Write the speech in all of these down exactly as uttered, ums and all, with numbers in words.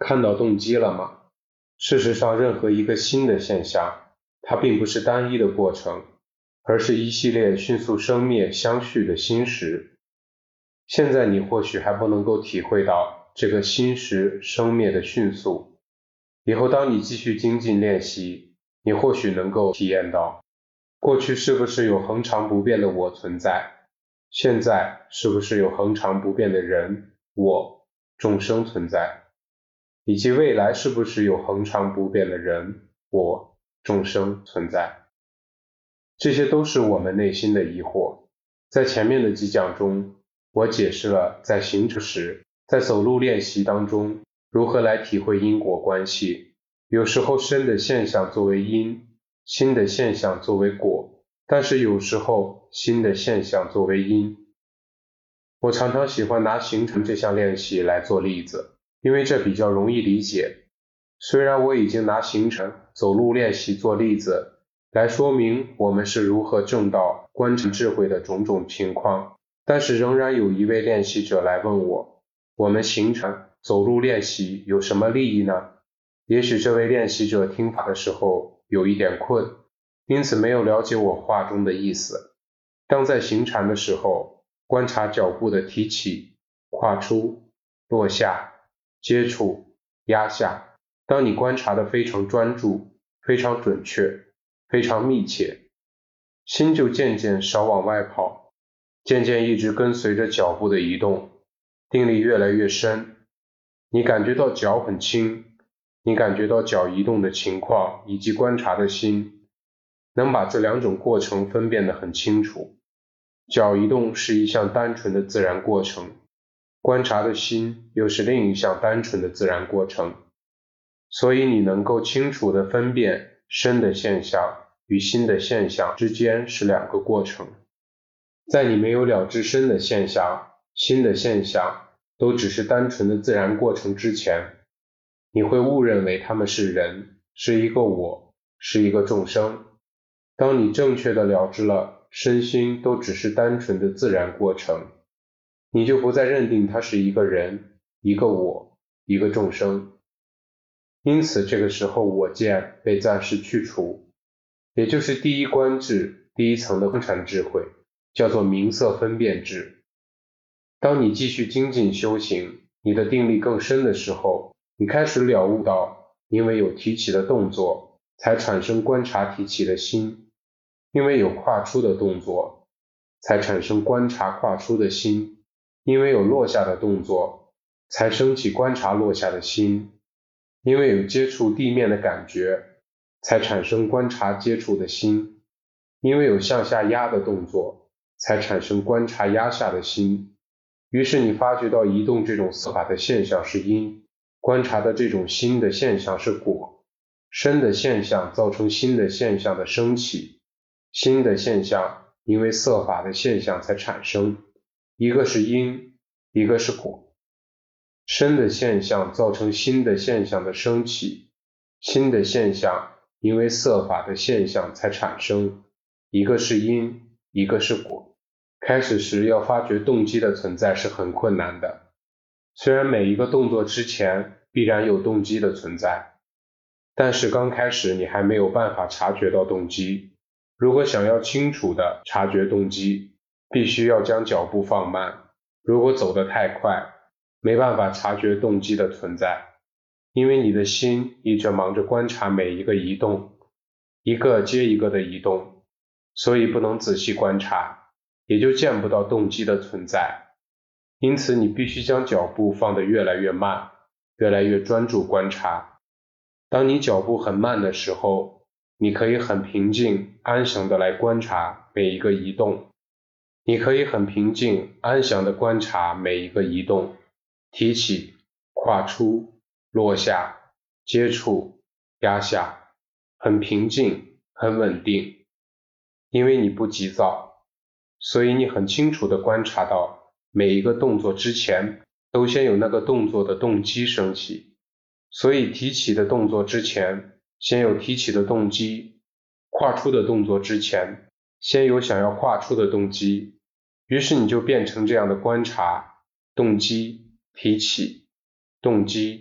看到动机了吗？事实上，任何一个新的现象，它并不是单一的过程，而是一系列迅速生灭相续的心识。现在你或许还不能够体会到这个心识生灭的迅速，以后当你继续精进练习，你或许能够体验到，过去是不是有恒常不变的我存在，现在是不是有恒常不变的人、我、众生存在，以及未来是不是有恒常不变的人、我、众生存在。这些都是我们内心的疑惑。在前面的几讲中，我解释了在行持时，在走路练习当中，如何来体会因果关系。有时候身的现象作为因，心的现象作为果，但是有时候心的现象作为因。我常常喜欢拿行禅这项练习来做例子，因为这比较容易理解。虽然我已经拿行禅走路练习做例子来说明我们是如何证到观察智慧的种种情况，但是仍然有一位练习者来问我，我们行禅走路练习有什么利益呢？也许这位练习者听法的时候有一点困，因此没有了解我话中的意思。当在行禅的时候，观察脚步的提起、跨出、落下、接触、压下，当你观察的非常专注、非常准确、非常密切，心就渐渐少往外跑，渐渐一直跟随着脚步的移动，定力越来越深。你感觉到脚很轻，你感觉到脚移动的情况以及观察的心，能把这两种过程分辨得很清楚。脚移动是一项单纯的自然过程，观察的心又是另一项单纯的自然过程，所以你能够清楚地分辨身的现象与心的现象之间是两个过程。在你没有了知身的现象、心的现象都只是单纯的自然过程之前，你会误认为他们是人，是一个我，是一个众生。当你正确地了知了身心都只是单纯的自然过程，你就不再认定它是一个人、一个我、一个众生。因此这个时候我见被暂时去除，也就是第一观智第一层的观禅智慧，叫做名色分辨智。当你继续精进修行，你的定力更深的时候，你开始了悟到，因为有提起的动作，才产生观察提起的心，因为有跨出的动作，才产生观察跨出的心，因为有落下的动作，才升起观察落下的心，因为有接触地面的感觉，才产生观察接触的心，因为有向下压的动作，才产生观察压下的心。于是你发觉到移动这种色法的现象是因，观察的这种心的现象是果，身的现象造成心的现象的升起，心的现象因为色法的现象才产生，一个是因，一个是果。身的现象造成心的现象的升起，心的现象因为色法的现象才产生，一个是因，一个是果。开始时要发觉动机的存在是很困难的，虽然每一个动作之前必然有动机的存在，但是刚开始你还没有办法察觉到动机。如果想要清楚地察觉动机，必须要将脚步放慢，如果走得太快，没办法察觉动机的存在，因为你的心一直忙着观察每一个移动，一个接一个的移动，所以不能仔细观察，也就见不到动机的存在。因此你必须将脚步放得越来越慢，越来越专注观察。当你脚步很慢的时候，你可以很平静安详地来观察每一个移动，你可以很平静安详地观察每一个移动，提起、跨出、落下、接触、压下，很平静很稳定。因为你不急躁，所以你很清楚地观察到每一个动作之前都先有那个动作的动机升起，所以提起的动作之前先有提起的动机，跨出的动作之前先有想要跨出的动机，于是你就变成这样的观察：动机、提起、动机、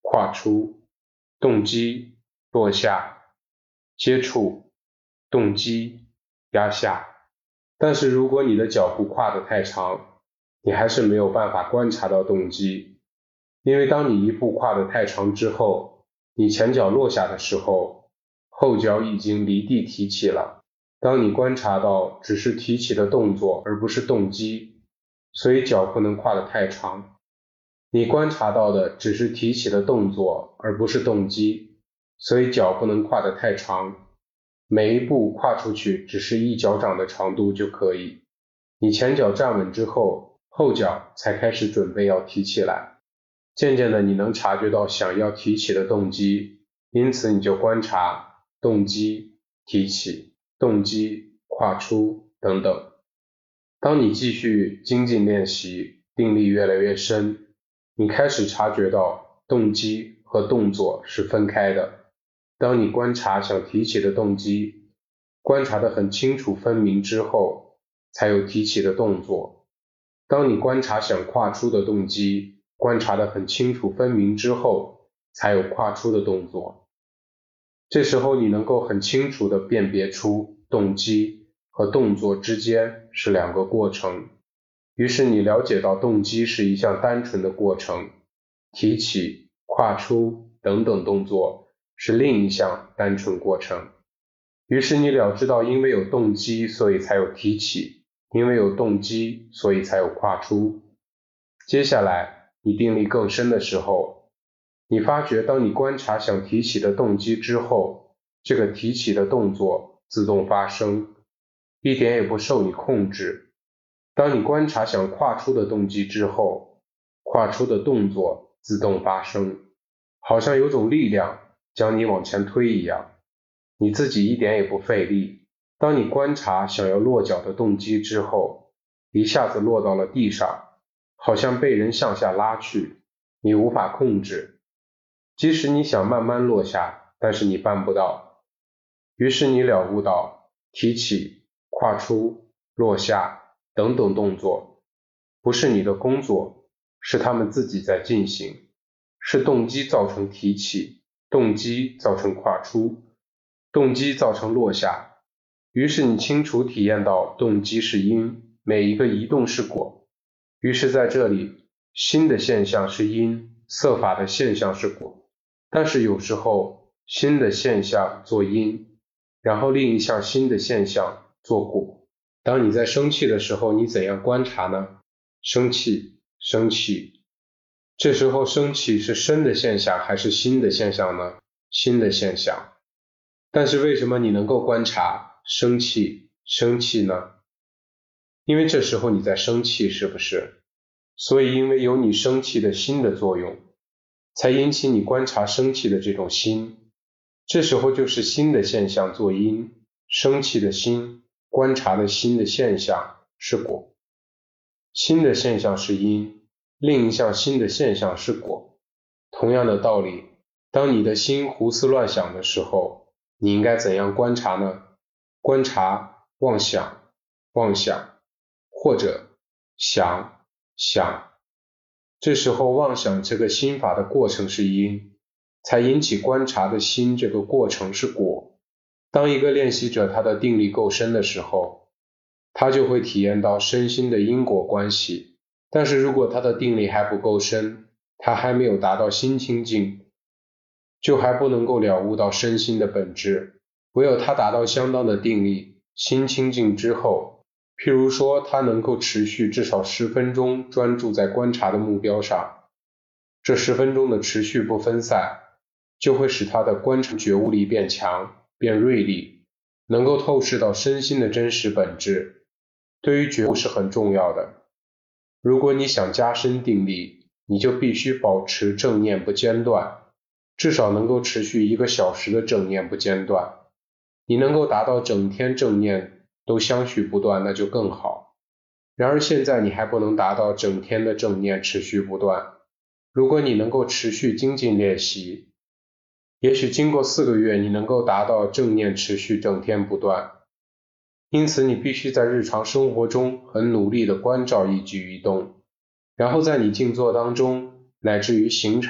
跨出，动击，落下，接触，动击，压下。但是如果你的脚步跨得太长，你还是没有办法观察到动机，因为当你一步跨得太长之后，你前脚落下的时候，后脚已经离地提起了。当你观察到只是提起的动作而不是动机，所以脚不能跨得太长。你观察到的只是提起的动作而不是动机，所以脚不能跨得太长。每一步跨出去只是一脚掌的长度就可以。你前脚站稳之后，后脚才开始准备要提起来。渐渐的你能察觉到想要提起的动机，因此你就观察动机、提起、动机、跨出等等。当你继续精进练习，定力越来越深，你开始察觉到动机和动作是分开的。当你观察想提起的动机，观察得很清楚分明之后，才有提起的动作。当你观察想跨出的动机，观察得很清楚分明之后，才有跨出的动作。这时候你能够很清楚地辨别出动机和动作之间是两个过程，于是你了解到动机是一项单纯的过程，提起、跨出等等动作是另一项单纯过程。于是你了知到，因为有动机，所以才有提起，因为有动机，所以才有跨出。接下来你定力更深的时候，你发觉当你观察想提起的动机之后，这个提起的动作自动发生，一点也不受你控制。当你观察想跨出的动机之后，跨出的动作自动发生，好像有种力量将你往前推一样，你自己一点也不费力。当你观察想要落脚的动机之后，一下子落到了地上，好像被人向下拉去，你无法控制。即使你想慢慢落下，但是你办不到。于是你了悟到，提起、跨出、落下等等动作不是你的工作，是他们自己在进行，是动机造成提起，动机造成跨出，动机造成落下。于是你清楚体验到动机是因，每一个移动是果。于是在这里，心的现象是因，色法的现象是果。但是有时候新的现象做因，然后另一项新的现象做果。当你在生气的时候，你怎样观察呢？生气，生气。这时候生气是生的现象还是新的现象呢？新的现象。但是为什么你能够观察生气，生气呢？因为这时候你在生气，是不是？所以因为有你生气的心的作用，才引起你观察生气的这种心。这时候就是新的现象做因，生气的心，观察的新的现象是果。新的现象是因，另一项新的现象是果。同样的道理，当你的心胡思乱想的时候，你应该怎样观察呢？观察妄想，妄想，或者想，想。这时候妄想这个心法的过程是因，才引起观察的心这个过程是果。当一个练习者他的定力够深的时候，他就会体验到身心的因果关系。但是如果他的定力还不够深，他还没有达到心清净，就还不能够了悟到身心的本质。唯有他达到相当的定力，心清净之后，譬如说他能够持续至少十分钟专注在观察的目标上，这十分钟的持续不分散，就会使他的观察觉悟力变强，变锐利，能够透视到身心的真实本质。对于觉悟是很重要的。如果你想加深定力，你就必须保持正念不间断，至少能够持续一个小时的正念不间断。你能够达到整天正念都相续不断，那就更好。然而现在你还不能达到整天的正念持续不断。如果你能够持续精进练习，也许经过四个月你能够达到正念持续整天不断。因此你必须在日常生活中很努力地关照一举一动，然后在你静坐当中乃至于行禅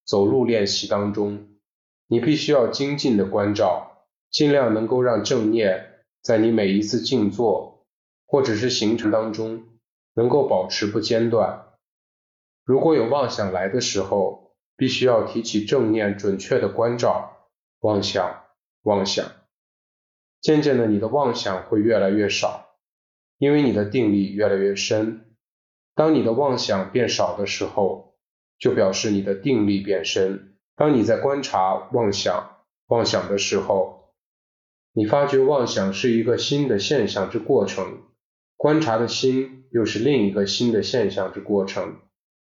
走路练习当中，你必须要精进的关照，尽量能够让正念在你每一次静坐或者是行程当中能够保持不间断。如果有妄想来的时候，必须要提起正念，准确的关照，妄想，妄想。渐渐的，你的妄想会越来越少，因为你的定力越来越深。当你的妄想变少的时候，就表示你的定力变深。当你在观察妄想、妄想的时候，你发觉妄想是一个新的现象之过程，观察的心又是另一个新的现象之过程。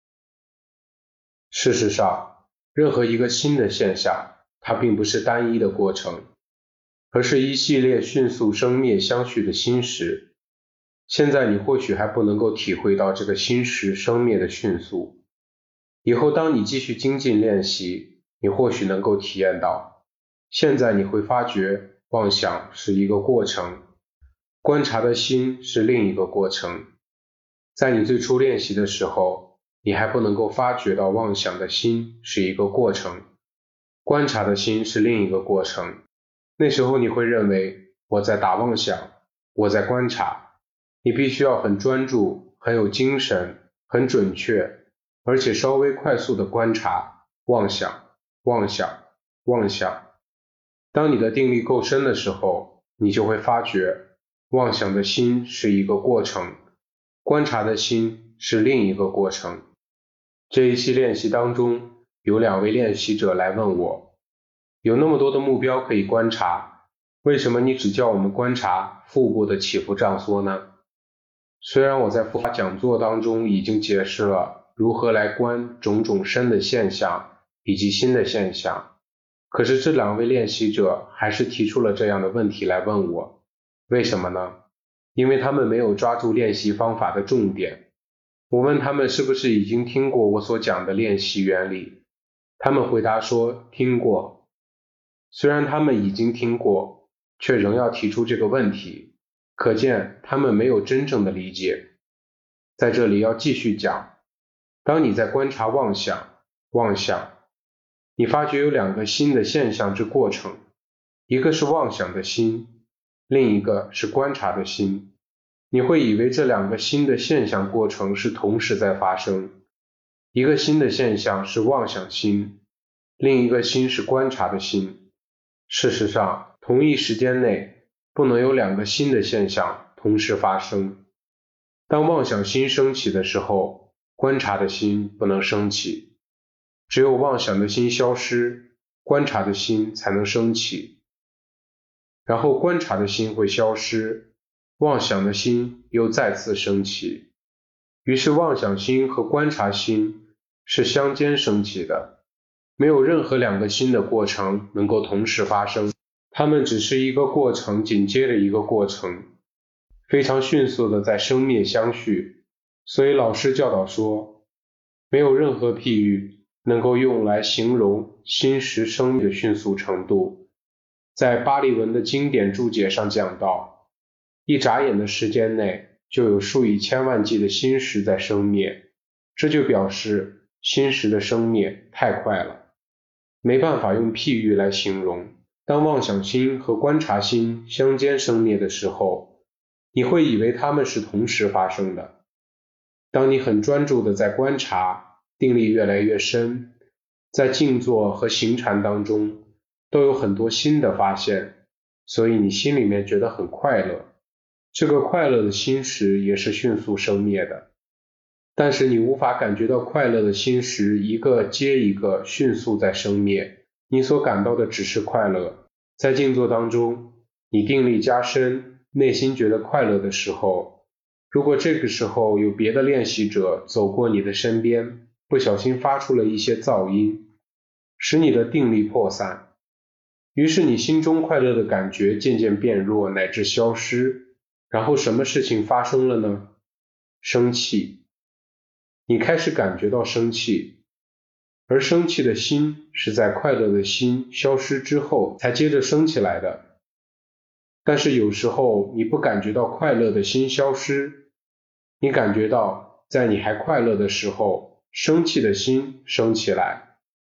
事实上，任何一个新的现象，它并不是单一的过程，而是一系列迅速生灭相续的心识。现在你或许还不能够体会到这个心识生灭的迅速，以后当你继续精进练习，你或许能够体验到。现在你会发觉妄想是一个过程，观察的心是另一个过程。在你最初练习的时候，你还不能够发觉到妄想的心是一个过程，观察的心是另一个过程。那时候你会认为我在打妄想，我在观察。你必须要很专注，很有精神，很准确，而且稍微快速的观察妄想，妄想，妄想。当你的定力够深的时候，你就会发觉妄想的心是一个过程，观察的心是另一个过程。这一期练习当中，有两位练习者来问我，有那么多的目标可以观察，为什么你只叫我们观察腹部的起伏胀缩呢？虽然我在佛法讲座当中已经解释了如何来观种种身的现象以及心的现象，可是这两位练习者还是提出了这样的问题来问我，为什么呢？因为他们没有抓住练习方法的重点。我问他们是不是已经听过我所讲的练习原理，他们回答说听过。虽然他们已经听过，却仍要提出这个问题，可见他们没有真正的理解。在这里要继续讲，当你在观察妄想，妄想，你发觉有两个新的现象之过程，一个是妄想的心，另一个是观察的心。你会以为这两个新的现象过程是同时在发生，一个新的现象是妄想心，另一个心是观察的心。事实上，同一时间内不能有两个新的现象同时发生。当妄想心升起的时候，观察的心不能升起，只有妄想的心消失，观察的心才能升起，然后观察的心会消失，妄想的心又再次升起。于是妄想心和观察心是相间升起的，没有任何两个心的过程能够同时发生，它们只是一个过程紧接着一个过程，非常迅速的在生灭相续。所以老师教导说，没有任何譬喻能够用来形容心识生灭的迅速程度。在巴利文的经典注解上讲到，一眨眼的时间内就有数以千万计的心识在生灭，这就表示心识的生灭太快了，没办法用譬喻来形容。当妄想心和观察心相间生灭的时候，你会以为它们是同时发生的。当你很专注的在观察，定力越来越深，在静坐和行禅当中都有很多新的发现，所以你心里面觉得很快乐，这个快乐的心识也是迅速生灭的。但是你无法感觉到快乐的心识一个接一个迅速在生灭，你所感到的只是快乐。在静坐当中，你定力加深，内心觉得快乐的时候，如果这个时候有别的练习者走过你的身边，不小心发出了一些噪音，使你的定力破散，于是你心中快乐的感觉渐渐变弱乃至消失，然后什么事情发生了呢？生气。你开始感觉到生气，而生气的心是在快乐的心消失之后才接着升起来的。但是有时候你不感觉到快乐的心消失，你感觉到在你还快乐的时候，生气的心升起来。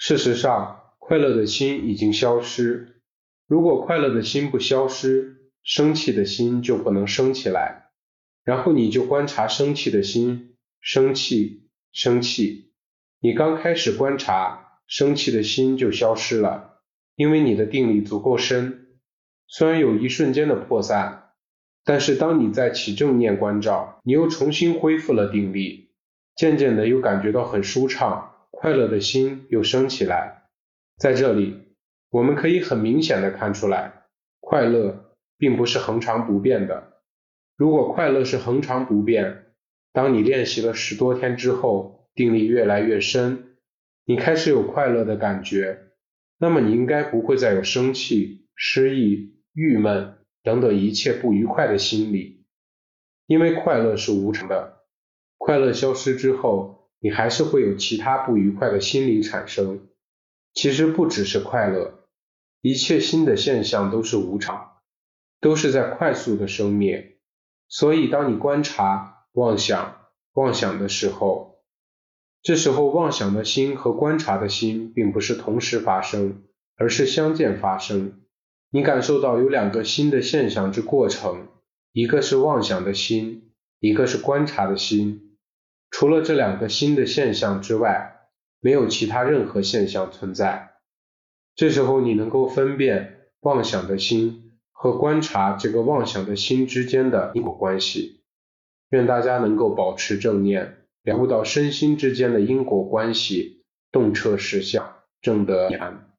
事实上，快乐的心已经消失。如果快乐的心不消失，生气的心就不能升起来。然后你就观察生气的心，生气，生气。你刚开始观察，生气的心就消失了，因为你的定力足够深。虽然有一瞬间的破散，但是当你再起正念关照，你又重新恢复了定力，渐渐的又感觉到很舒畅，快乐的心又升起来。在这里，我们可以很明显的看出来，快乐并不是恒常不变的。如果快乐是恒常不变，当你练习了十多天之后，定力越来越深，你开始有快乐的感觉，那么你应该不会再有生气、失意、郁闷等等一切不愉快的心理，因为快乐是无常的。快乐消失之后，你还是会有其他不愉快的心理产生。其实不只是快乐，一切新的现象都是无常，都是在快速的生灭。所以当你观察妄想妄想的时候，这时候妄想的心和观察的心并不是同时发生，而是相间发生。你感受到有两个新的现象之过程，一个是妄想的心，一个是观察的心。除了这两个新的现象之外，没有其他任何现象存在。这时候你能够分辨妄想的心和观察这个妄想的心之间的因果关系。愿大家能够保持正念，了悟到身心之间的因果关系，洞彻实相，证得涅槃。